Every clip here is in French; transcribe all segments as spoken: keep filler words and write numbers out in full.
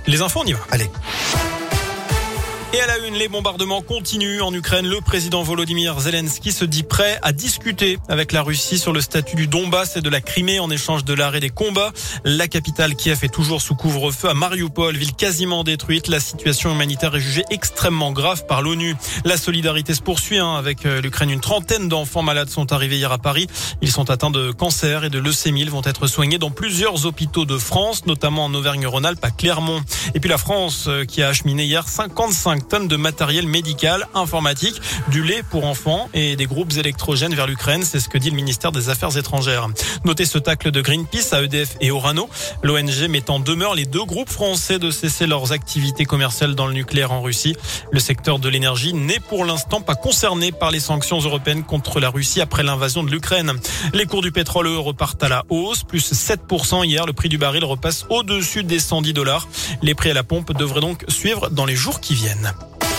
Les infos, on y va. Allez. Et à la une, les bombardements continuent en Ukraine. Le président Volodymyr Zelensky se dit prêt à discuter avec la Russie sur le statut du Donbass et de la Crimée en échange de l'arrêt des combats. La capitale Kiev est toujours sous couvre-feu. À Mariupol, ville quasiment détruite, la situation humanitaire est jugée extrêmement grave par l'ONU. La solidarité se poursuit hein, avec l'Ukraine. Une trentaine d'enfants malades sont arrivés hier à Paris. Ils sont atteints de cancer et de leucémie. Ils vont être soignés dans plusieurs hôpitaux de France, notamment en Auvergne-Rhône-Alpes à Clermont. Et puis la France qui a acheminé hier cinquante-cinq tonnes de matériel médical, informatique, du lait pour enfants et des groupes électrogènes vers l'Ukraine. C'est ce que dit le ministère des Affaires étrangères. Notez ce tacle de Greenpeace à E D F et Orano. L'O N G met en demeure les deux groupes français de cesser leurs activités commerciales dans le nucléaire en Russie. Le secteur de l'énergie n'est pour l'instant pas concerné par les sanctions européennes contre la Russie après l'invasion de l'Ukraine. Les cours du pétrole eux, repartent à la hausse, plus sept pour cent hier. Le prix du baril repasse au-dessus des cent dix dollars. Les prix à la pompe devraient donc suivre dans les jours qui viennent.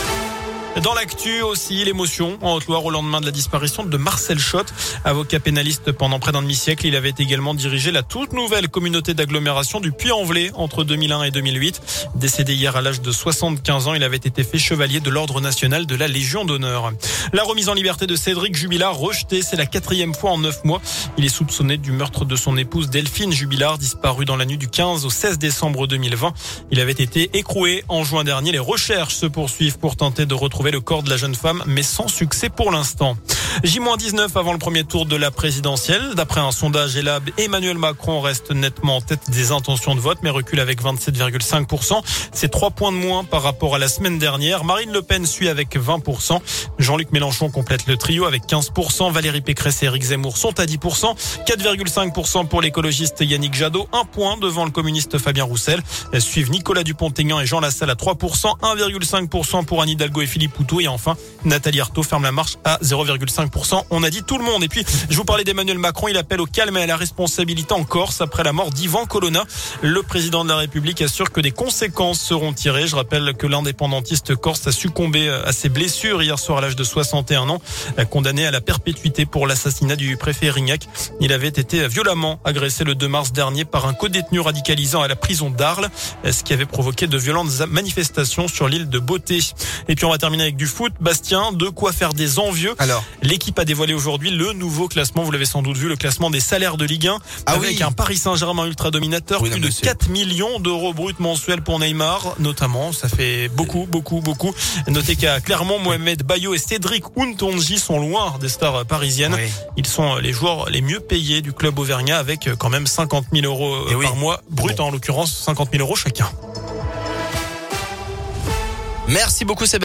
Dans l'actu aussi, l'émotion en Haute-Loire au lendemain de la disparition de Marcel Schott, avocat pénaliste pendant près d'un demi-siècle. Il avait également dirigé la toute nouvelle communauté d'agglomération du Puy-en-Velay entre deux mille un et deux mille huit. Décédé hier à l'âge de soixante-quinze ans, il avait été fait chevalier de l'Ordre national de la Légion d'honneur. La remise en liberté de Cédric Jubilard rejetée, c'est la quatrième fois en neuf mois. Il est soupçonné du meurtre de son épouse Delphine Jubilard, disparue dans la nuit du quinze au seize décembre deux mille vingt. Il avait été écroué en juin dernier. Les recherches se poursuivent pour tenter de retrouver le corps de la jeune femme, mais sans succès pour l'instant. J dix-neuf avant le premier tour de la présidentielle. D'après un sondage Elab, Emmanuel Macron reste nettement en tête des intentions de vote, mais recule avec vingt-sept virgule cinq pour cent. C'est trois points de moins par rapport à la semaine dernière. Marine Le Pen suit avec vingt pour cent. Jean-Luc Mélenchon complète le trio avec quinze pour cent. Valérie Pécresse et Éric Zemmour sont à dix pour cent. quatre virgule cinq pour cent pour l'écologiste Yannick Jadot. Un point devant le communiste Fabien Roussel. Suivent Nicolas Dupont-Aignan et Jean Lassalle à trois pour cent. un virgule cinq pour cent pour Anne Hidalgo et Philippe Poutou. Et enfin, Nathalie Arthaud ferme la marche à zéro virgule cinq pour cent. On a dit tout le monde. Et puis, je vous parlais d'Emmanuel Macron. Il appelle au calme et à la responsabilité en Corse après la mort d'Ivan Colonna. Le président de la République assure que des conséquences seront tirées. Je rappelle que l'indépendantiste corse a succombé à ses blessures hier soir à l'âge de soixante et un ans, condamné à la perpétuité pour l'assassinat du préfet Erignac. Il avait été violemment agressé le deux mars dernier par un codétenu radicalisant à la prison d'Arles, ce qui avait provoqué de violentes manifestations sur l'île de Beauté. Et puis on va terminer avec du foot. Bastien, de quoi faire des envieux. Alors, l'équipe a dévoilé aujourd'hui le nouveau classement. Vous l'avez sans doute vu, le classement des salaires de Ligue un. Ah avec oui. un Paris Saint-Germain ultra dominateur. Oui, plus non, de c'est... quatre millions d'euros bruts mensuels pour Neymar, notamment. Ça fait beaucoup, beaucoup, beaucoup. Notez qu'à Clermont, Mohamed Bayo et Cédric Untonji sont loin des stars parisiennes. Oui. Ils sont les joueurs les mieux payés du club auvergnat avec quand même cinquante mille euros Et par oui. mois. Brut, Bon. en l'occurrence, cinquante mille euros chacun. Merci beaucoup Sébastien.